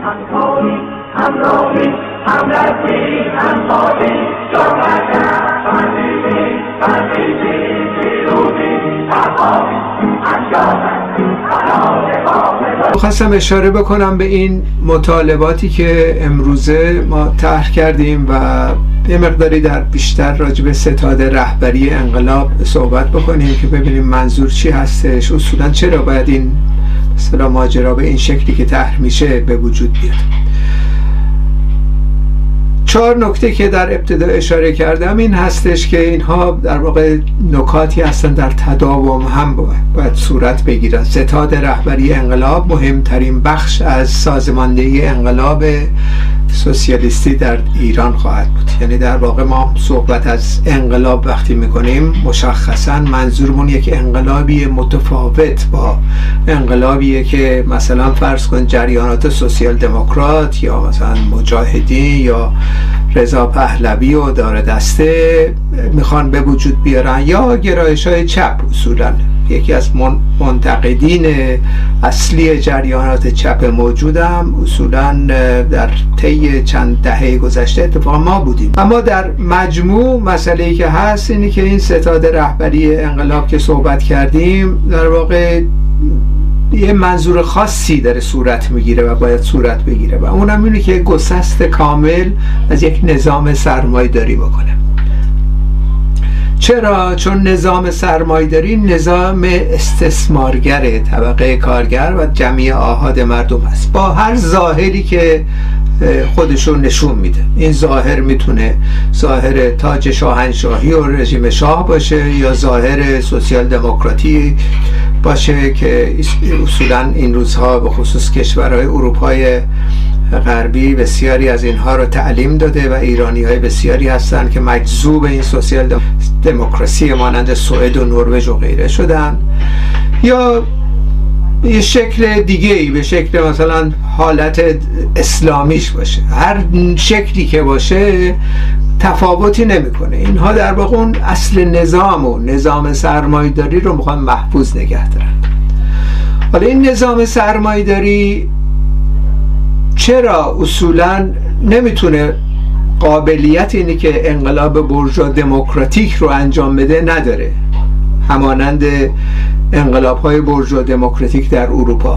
همکاری، همراهی، همدردی، همخوابی، جامعه، فهمیدی، فهمیدی، پیروزی، تفاهمی، انجامه. خواستم اشاره بکنم به این مطالباتی که امروزه ما طرح کردیم و یه مقداری در بیشتر راجع به ستاد رهبری انقلاب صحبت بکنیم که ببینیم منظور چی هستش، اصولا چرا باید این مثلا ماجرا به این شکلی که طرح میشه به وجود بیاد. 4 نکته که در ابتدا اشاره کردم این هستش که اینها در واقع نکاتی هستن در تداوم هم باید صورت بگیرن. ستاد رهبری انقلاب مهمترین بخش از سازماندهی انقلاب سوسیالیستی در ایران خواهد بود. یعنی در واقع ما صحبت از انقلاب وقتی میکنیم مشخصا منظورمون یک انقلابی متفاوت با انقلابیه که مثلا فرض کن جریانات سوسیال دموکرات یا مثلا مجاهدین یا رضا پهلوی و دار دسته میخوان به وجود بیارن، یا گرایش‌های چپ. اصولا یکی از منتقدین اصلی جریانات چپ موجودم اصولا در طی چند دهه گذشته اتفاقا ما بودیم. اما در مجموع مسئله‌ای که هست اینه که این ستاد رهبری انقلاب که صحبت کردیم در واقع یه منظور خاصی داره صورت میگیره و باید صورت بگیره و اونم اینه که گسست کامل از یک نظام سرمایه‌داری بکنه. چرا؟ چون نظام سرمایه‌داری نظام استثمارگر طبقه کارگر و جمعی آحاد مردم است، با هر ظاهری که خودشون نشون میده. این ظاهر میتونه ظاهر تاج شاهنشاهی و رژیم شاه باشه یا ظاهر سوسیال دموکراتی باشه که اصولا این روزها به خصوص کشورهای اروپای غربی بسیاری از اینها رو تعلیم داده و ایرانی‌های بسیاری هستن که مجذوب این سوسیال دموکراسی مانند سوئد و نروژ و غیره شدن، یا یه شکل دیگه‌ای به شکل مثلا حالت اسلامیش باشه. هر شکلی که باشه تفاوتی نمیکنه. اینها در واقع اون اصل نظام و نظام سرمایه‌داری رو میخوان محفوظ نگه دارن. حالا این نظام سرمایه‌داری چرا اصولا نمیتونه قابلیت اینی که انقلاب بورژوا دموکراتیک رو انجام بده نداره، همانند انقلاب‌های بورژوا دموکراتیک در اروپا؟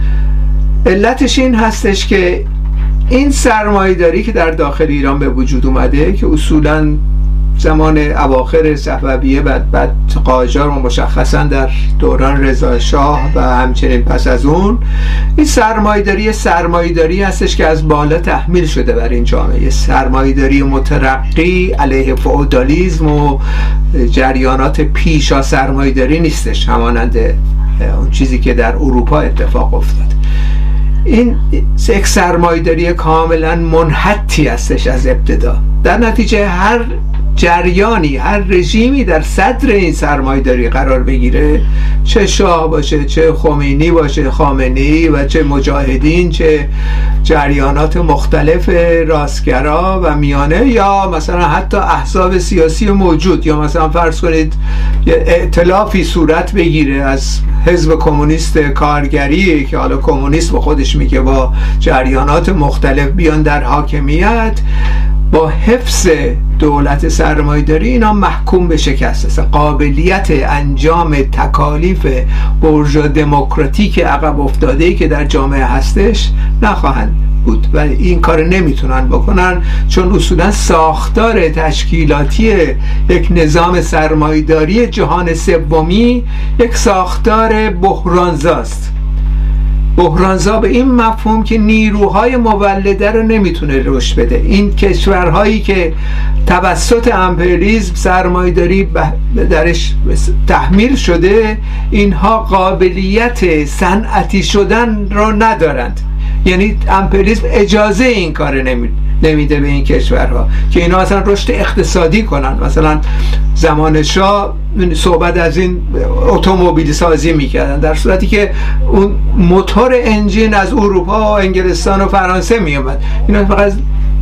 علتش این هستش که این سرمایه‌داری که در داخل ایران به وجود اومده که اصولاً زمان اواخر صفویه بعد قاجار و مشخصاً در دوران رضا شاه و همچنین پس از اون، این سرمایه‌داری هستش که از بالا تحمیل شده بر این جامعه. سرمایه‌داری مترقی علیه فئودالیسم و جریانات پیشا سرمایه‌داری نیستش، همانند اون چیزی که در اروپا اتفاق افتاد. این یک سرمایه‌داری کاملا منحطی هستش از ابتدا. در نتیجه هر جریانی، هر رژیمی در صدر این سرمایه‌داری قرار بگیره، چه شاه باشه، چه خمینی باشه، خامنه‌ای، و چه مجاهدین، چه جریانات مختلف راستگرا و میانه، یا مثلا حتی احزاب سیاسی موجود، یا مثلا فرض کنید یه ائتلافی صورت بگیره از حزب کمونیست کارگری که حالا کمونیست به خودش میگه با جریانات مختلف بیان در حاکمیت، با حفظ دولت سرمایه‌داری اینا محکوم به شکست هستن. قابلیت انجام تکالیف بورژوا دموکراتیک عقب افتاده‌ای که در جامعه هستش نخواهند بود و این کار نمیتونن بکنن، چون اصولا ساختار تشکیلاتی یک نظام سرمایه‌داری جهان سومی یک ساختار بحرانزاست. بحرانزا به این مفهوم که نیروهای مولده رو نمیتونه رشد بده. این کشورهایی که توسط امپریالیسم سرمایه‌داری درش تحمیل شده، اینها قابلیت صنعتی شدن رو ندارند. یعنی امپریالیسم اجازه این کار نمیده به این کشورها که اینا مثلا رشد اقتصادی کنن. مثلا زمان شاه صحبت از این اتومبیل سازی میکردن، در صورتی که اون موتور انجین از اروپا و انگلستان و فرانسه میومد. اینا فقط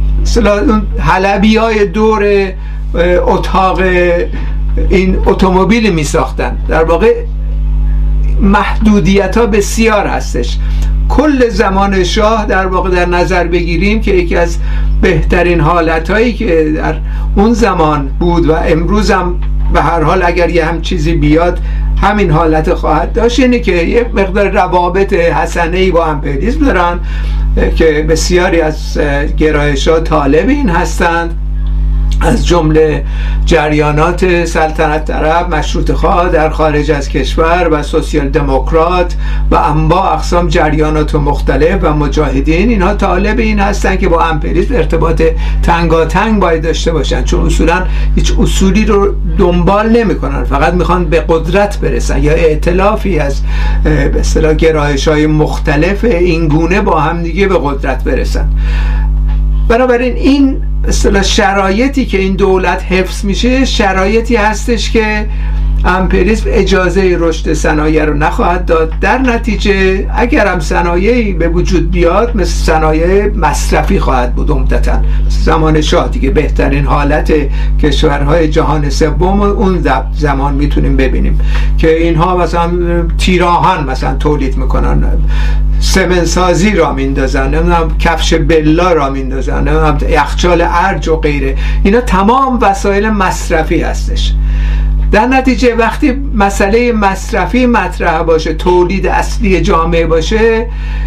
اون حلبی‌های دور اتاق این اتومبیل میساختن. در واقع محدودیت ها بسیار هستش. کل زمان شاه در واقع در نظر بگیریم که یکی از بهترین حالتهایی که در اون زمان بود و امروز هم به هر حال اگر یه هم چیزی بیاد همین حالت خواهد داشت، اینه که یه مقدار روابط حسنه‌ای با امپریالیسم دارن که بسیاری از گرایش‌ها طالب این هستند، از جمله جریانات سلطنت طلب، مشروطه خواه در خارج از کشور و سوسیال دموکرات و انواع اقسام جریانات مختلف و مجاهدین. اینها طالب این هستن که با امپریالیسم ارتباط تنگاتنگ باید داشته باشن، چون اصولا هیچ اصولی رو دنبال نمی‌کنن، فقط میخوان به قدرت برسن یا ائتلافی از به اصطلاح گرایش‌های مختلف این گونه با هم دیگه به قدرت برسن. بنابراین این اصطلاح شرایطی که این دولت حفظ میشه شرایطی هستش که امپریالیسم اجازه رشد صنایع رو نخواهد داد. در نتیجه اگر هم صنایعی به وجود بیاد مثل صنایع مصرفی خواهد بود عمدتاً. زمان شاه دیگه بهترین حالت کشورهای جهان سوم اون زمان میتونیم ببینیم که اینها مثلا تیراهن مثلا تولید میکنن، سمنسازی را میندازن، نمیدونم کفش بلا را میندازن، نمیدونم یخچال ارج و غیره. اینا تمام وسایل مصرفی هستش. در نتیجه وقتی مسئله مصرفی مطرح باشه، تولید اصلی جامعه باشه،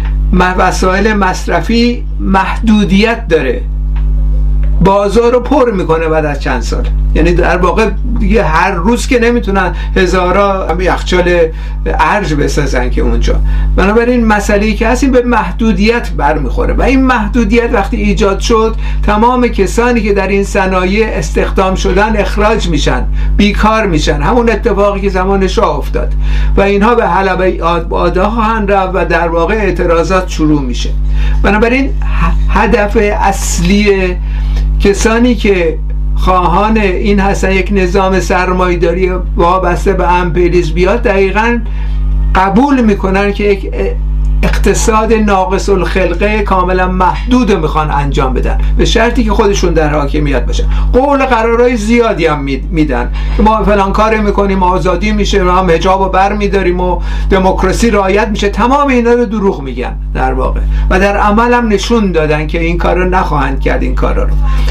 وسایل مصرفی محدودیت داره، بازار رو پر میکنه بعد از چند سال. یعنی در واقع دیگه هر روز که نمیتونن هزارا یخچال ارج بسازن که اونجا. بنابراین مسئله‌ای که هست این به محدودیت برمیخوره و این محدودیت وقتی ایجاد شد تمام کسانی که در این صنایع استخدام شدن اخراج میشن، بیکار میشن. همون اتفاقی که زمان شاه افتاد و اینها به حلبه آدا خواهند رفت و در واقع اعتراضات شروع میشه. بنابراین هدف اصلی کسانی که خواهان این هستن یک نظام سرمایه‌داری وابسته به امپریالیسم بیاد، دقیقاً قبول میکنن که یک اقتصاد ناقص الخلقه کاملا محدود رو میخوان انجام بدن، به شرطی که خودشون در حاکمیت باشن. قول قرارهای زیادی هم میدن که ما فلان کار میکنیم، آزادی میشه، ما هم حجاب رو بر میداریم و دموکراسی رعایت میشه. تمام اینا رو دروغ میگن در واقع و در عمل هم نشون دادن که این کار رو نخواهند کرد. این کار رو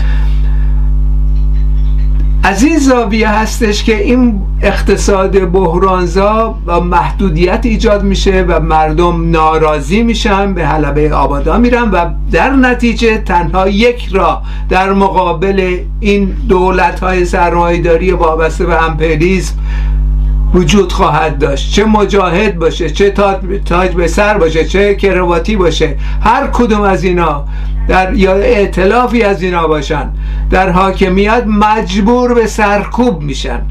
از این زاویه هستش که این اقتصاد بحرانزا و محدودیت ایجاد میشه و مردم ناراضی میشن، به حلبه آبادا میرن و در نتیجه تنها یک راه در مقابل این دولت‌های سرمایه‌داری وابسته به امپریالیسم وجود خواهد داشت، چه مجاهد باشه، چه تاج به سر باشه، چه کرواتی باشه، هر کدوم از اینا یا ائتلافی از اینا باشن در حاکمیت مجبور به سرکوب میشن.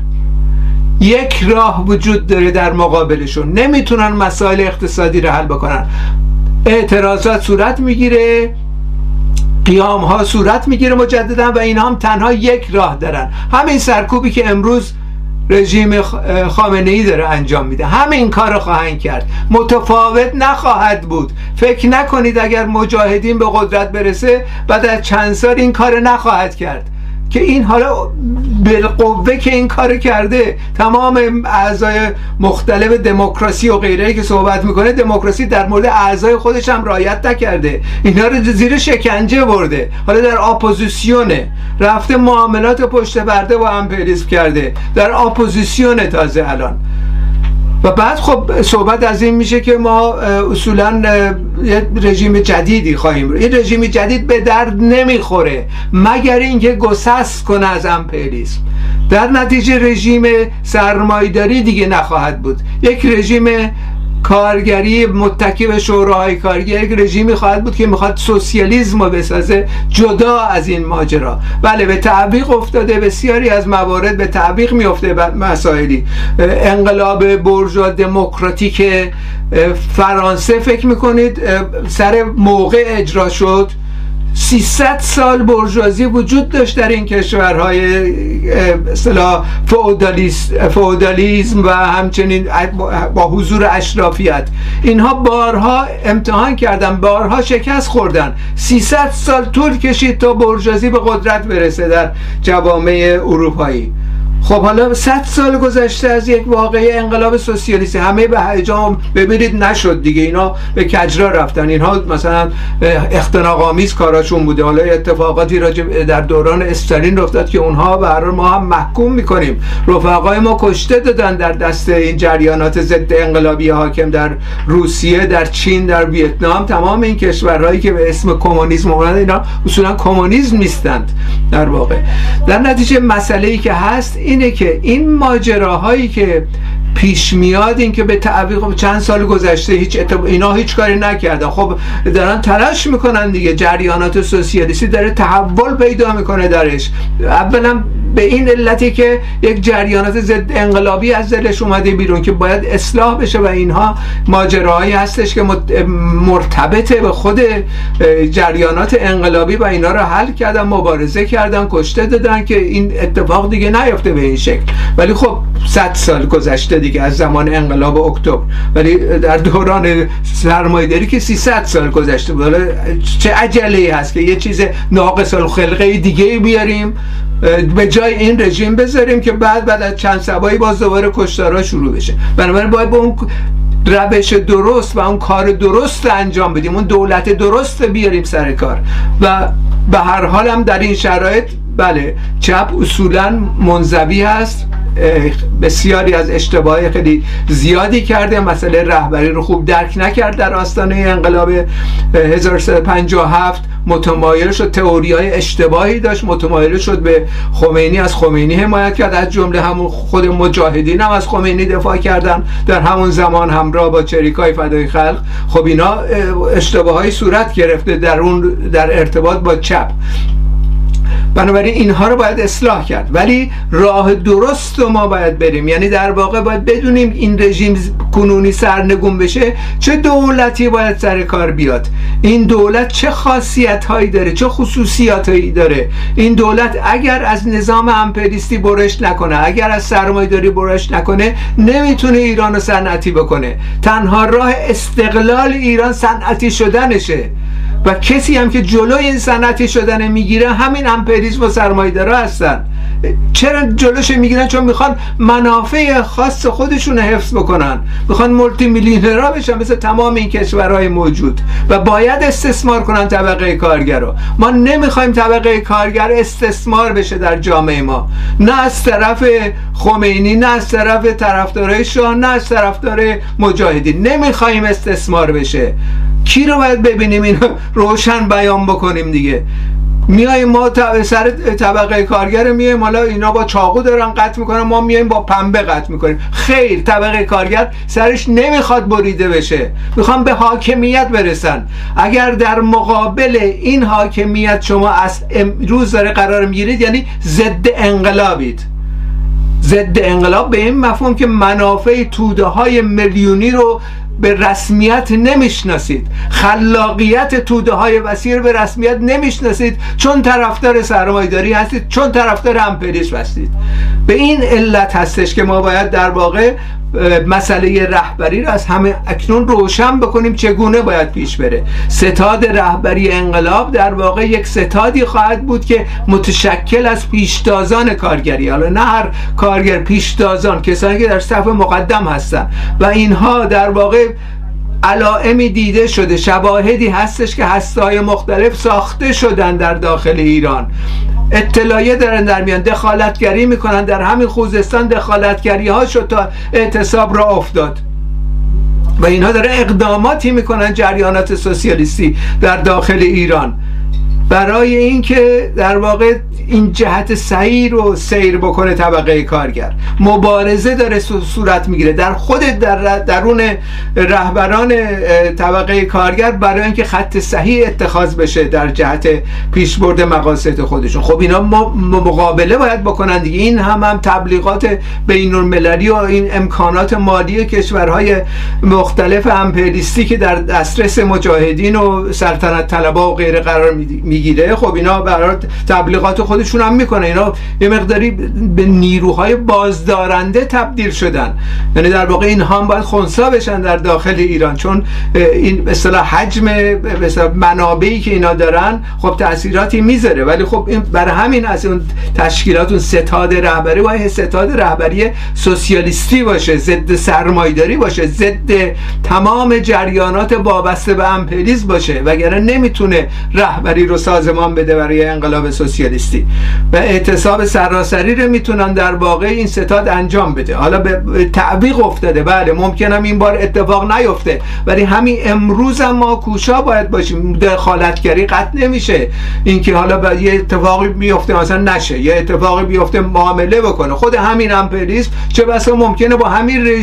یک راه وجود داره در مقابلشون، نمیتونن مسائل اقتصادی رو حل بکنن. اعتراضات صورت میگیره، قیام ها صورت میگیره مجددا و اینا هم تنها یک راه دارن، همین سرکوبی که امروز رژیم خامنه‌ای داره انجام میده. همین کار رو خواهند کرد، متفاوت نخواهد بود. فکر نکنید اگر مجاهدین به قدرت برسه بعد از چند سال این کار نخواهد کرد، که این حالا بالقوه که این کار کرده. تمام اعضای مختلف دموکراسی و غیره که صحبت میکنه، دموکراسی در مورد اعضای خودش هم رعایت نکرده، اینا رو زیر شکنجه برده، حالا در اپوزیسیونه، رفته معاملات پشت پرده با امپریالیسم کرده، در اپوزیسیونه تازه الان. و بعد خب صحبت از این میشه که ما اصولا یه رژیم جدیدی خواهیم. این رژیم جدید به درد نمیخوره مگر اینکه گسست کنه از امپریالیسم. در نتیجه رژیم سرمایه‌داری دیگه نخواهد بود، یک رژیم کارگری متکی به شوراهای کارگر، یک رژیمی خواهد بود که میخواد سوسیالیسم رو بسازه جدا از این ماجرا. بله به تعویق افتاده، بسیاری از موارد به تعویق میفته. مسائلی انقلاب بورژوا دموکراتیک فرانسه فکر میکنید سر موقع اجرا شد؟ 300 سال بورژوازی وجود داشت در این کشورهای اصطلاح فئودالیسم و همچنین با حضور اشرافیت. اینها بارها امتحان کردن، بارها شکست خوردن. 300 سال طول کشید تا بورژوازی به قدرت برسه در جوامع اروپایی. خب حالا 100 سال گذشته از یک واقعه انقلاب سوسیالیستی، همه به هیجان ببینید نشد دیگه، اینا به کجرا رفتن، اینها مثلا اختناق‌آمیز کاراشون بوده. حالا اتفاقاتی راجع در دوران استالین افتاد که اونها به هر حال ما هم محکوم میکنیم، رفقای ما کشته دادن در دست این جریانات ضد انقلابی حاکم در روسیه، در چین، در ویتنام. تمام این کشورهایی که به اسم کمونیسم اومدن اینا اصولا کمونیسم نیستند در واقع. در نتیجه مسئله‌ای که هست اینه که این ماجراهایی که پیش میاد، این که به تعویق چند سال گذشته اینا هیچ کاری نکردن، خب دارن تلاش میکنن دیگه، جریانات سوسیالیستی داره تحول پیدا میکنه درش. اولا به این علتی که یک جریانات ضد انقلابی از دلش اومده بیرون که باید اصلاح بشه و اینها ماجراهایی هستش که مرتبطه به خود جریانات انقلابی و اینا رو حل کردن، مبارزه کردن، کشته دادن که این اتفاق دیگه نیفته به این شکل. ولی خب 100 سال گذشته دیگه از زمان انقلاب اکتبر، ولی در دوران سرمایه‌داری که 300 سال گذشته بود. چه عجله‌ای هست که یه چیز ناقص الخلقه دیگه بیاریم به جای این رژیم بذاریم که بعد از چند سبایی باز دوباره کشتارها شروع بشه. بنابراین باید با اون روش درست و اون کار درست انجام بدیم، اون دولت درست بیاریم سر کار. و به هر حال هم در این شرایط بله چپ اصولا منزوی هست، بسیاری از اشتباهات خیلی زیادی کرده، مسئله رهبری رو خوب درک نکرد در آستانه انقلاب 1357، متمایل شد، تئوری‌های اشتباهی داشت، متمایل شد به خمینی، از خمینی حمایت کرد، از جمله همون خود مجاهدین هم از خمینی دفاع کردن در همون زمان همراه با چریکای فدای خلق. خب اینا اشتباهی صورت گرفته در ارتباط با چپ. بنابراین اینها رو باید اصلاح کرد، ولی راه درست رو ما باید بریم. یعنی در واقع باید بدونیم این رژیم کنونی سرنگون بشه چه دولتی باید سر کار بیاد، این دولت چه خاصیت هایی داره، چه خصوصیات هایی داره. این دولت اگر از نظام امپریستی برش نکنه، اگر از سرمایه‌داری برش نکنه، نمیتونه ایران رو صنعتی بکنه. تنها راه استقلال ایران صنعتی شدنشه و کسی هم که جلوی این صنعتی شدن میگیره همین امپریسم و سرمایه‌دارا هستن. چرا جلوش میگیرن؟ چون میخوان منافع خاص خودشون حفظ بکنن، میخوان مولتی میلیونرها بشن مثل تمام این کشورهای موجود و باید استثمار کنن طبقه کارگر رو. ما نمیخوایم طبقه کارگر استثمار بشه در جامعه ما، نه از طرف خمینی، نه از طرف طرفدارای شاه، نه از طرفدار مجاهدین. نمیخوایم استثمار بشه. کی رو باید ببینیم اینو روشن بیان بکنیم دیگه؟ میایم ما سر طبقه کارگر میایم، حالا اینا با چاقو دارن قطع میکنن، ما میایم با پنبه قطع میکنیم. خیر، طبقه کارگر سرش نمیخواد بریده بشه، میخوان به حاکمیت برسن. اگر در مقابل این حاکمیت شما از امروز داره قرار میگیرید، یعنی ضد انقلابید. ضد انقلاب به این مفهوم که منافع توده های میلیونی رو به رسمیت نمیشناسید، خلاقیت توده های وسیع رو به رسمیت نمیشناسید، چون طرفدار سرمایه‌داری هستید، چون طرفدار امپریسم هستید. به این علت هستش که ما باید در واقع مسئله رهبری رو از همه اکنون روشن بکنیم چگونه باید پیش بره. ستاد رهبری انقلاب در واقع یک ستادی خواهد بود که متشکل از پیشتازان کارگری، حالا نه هر کارگر، پیشتازان، کسانی که در صف مقدم هستن و اینها در واقع علائمی دیده شده، شواهدی هستش که هسته‌های مختلف ساخته شدن در داخل ایران، اطلاعیه دارن در میان، دخالتگری میکنن. در همین خوزستان دخالتگری ها شد تا اعتصاب را افتاد و اینها داره اقداماتی میکنن جریانات سوسیالیستی در داخل ایران برای اینکه در واقع این جهت صحیح رو سیر بکنه. طبقه کارگر مبارزه داره صورت میگیره در خود درون رهبران طبقه کارگر برای اینکه خط صحیح اتخاذ بشه در جهت پیشبرد مقاصد خودشون. خب اینا مقابله باید بکنن دیگه. این هم تبلیغات بین المللی و این امکانات مالی کشورهای مختلف امپریستی که در دسترس مجاهدین و سلطنت طلبها و غیره قرار میگیره، خب اینا برای تبلیغات خودشون هم میکنه، اینا یه مقداری به نیروهای بازدارنده تبدیل شدن، یعنی در واقع اینها هم باید خنثی بشن در داخل ایران، چون این به اصطلاح حجم به اصطلاح منابعی که اینا دارن خب تأثیراتی میذاره. ولی خب این برای همین از اون تشکیلات، اون ستاد رهبری باید ستاد رهبری سوسیالیستی باشه، ضد سرمایه‌داری باشه، ضد تمام جریانات وابسته به امپریالیسم باشه، وگرنه نمیتونه رهبری رو سازمان بده برای انقلاب سوسیالیستی. و اعتصاب سراسری رو میتونن در واقع این ستاد انجام بده. حالا به تعویق افتاده، بله ممکنه این بار اتفاق نیفته، ولی همین امروز هم ما کوشا باید باشیم. دخالتگری قطع نمیشه، اینکه حالا یه اتفاقی بیفته مثلا نشه، یه اتفاقی بیفته معامله بکنه. خود همین امپریالیسم چه بسا ممکنه با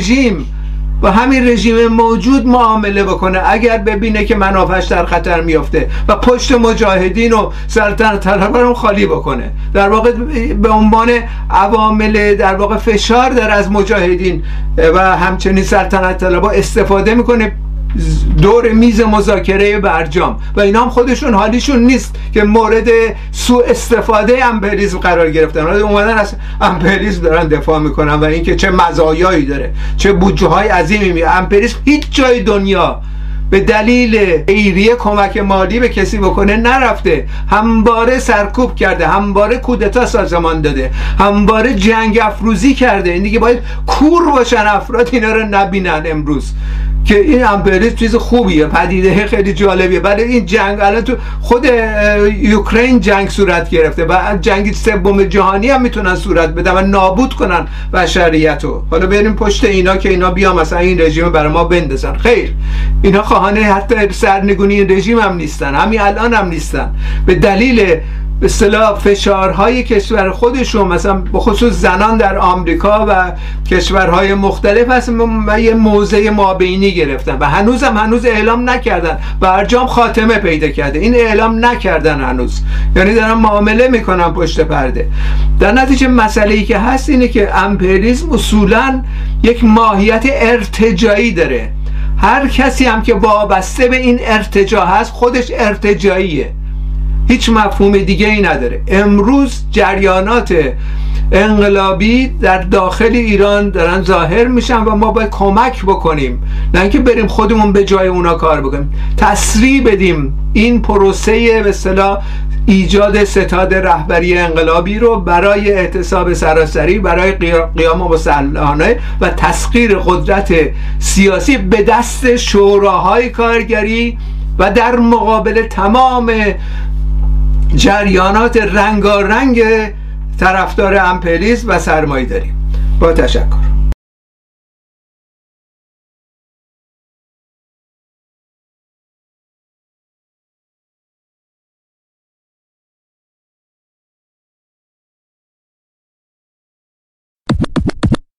همین رژیم موجود معامله بکنه اگر ببینه که منافعش در خطر میفته و پشت مجاهدین و سلطنت طلبان خالی بکنه. در واقع به عنوان عوامل در واقع فشار در از مجاهدین و همچنین سلطنت طلبان استفاده میکنه دور میز مذاکره برجام، و اینا هم خودشون حالیشون نیست که مورد سوء استفاده امپریالیسم قرار گرفتن. اومدن از امپریالیسم دارن دفاع میکنن و اینکه چه مزایایی داره، چه بودجه های عظیمی میاره. امپریالیسم هیچ جای دنیا به دلیل ایریه کمک مالی به کسی بکنه نرفته، همواره سرکوب کرده، همواره کودتا سازمان داده، همواره جنگ افروزی کرده. این دیگه باید کور باشن افراد اینا رو نبینن امروز که این امپریالیسم چیز خوبیه، پدیده خیلی جالبیه. ولی این جنگ الان تو خود اوکراین جنگ صورت گرفته و جنگ سوم جهانی هم میتونن صورت بدن و نابود کنن بشریت رو. حالا بریم پشت اینا که اینا بیا مثلا این رژیم برای ما بندازن. خیر، اینا خواهان حتی سرنگونی این رژیم هم نیستن، همین الان هم نیستن. به دلیل به اصطلاح فشارهای کشور خودشون، مثلا به خصوص زنان در آمریکا و کشورهای مختلف هست، یه موضع مابینی گرفتن و هنوز اعلام نکردن. برجام خاتمه پیدا کرده، این اعلام نکردن هنوز، یعنی دارن معامله میکنن پشت پرده. در نتیجه مسئله‌ای که هست اینه که امپریالیسم اصولاً یک ماهیت ارتجاعی داره. هر کسی هم که وابسته به این ارتجاع هست خودش ارتجاعیه، هیچ مفهوم دیگه ای نداره. امروز جریانات انقلابی در داخل ایران دارن ظاهر میشن و ما باید کمک بکنیم، نه اینکه بریم خودمون به جای اونا کار بکنیم. تسریع بدیم این پروسه به اصطلاح ایجاد ستاد رهبری انقلابی رو برای اعتصاب سراسری، برای قیام مسلحانه و تسخیر قدرت سیاسی به دست شوراهای کارگری و در مقابل تمام جریانات رنگارنگ طرفدار امپریالیسم و سرمایه‌داری. با تشکر.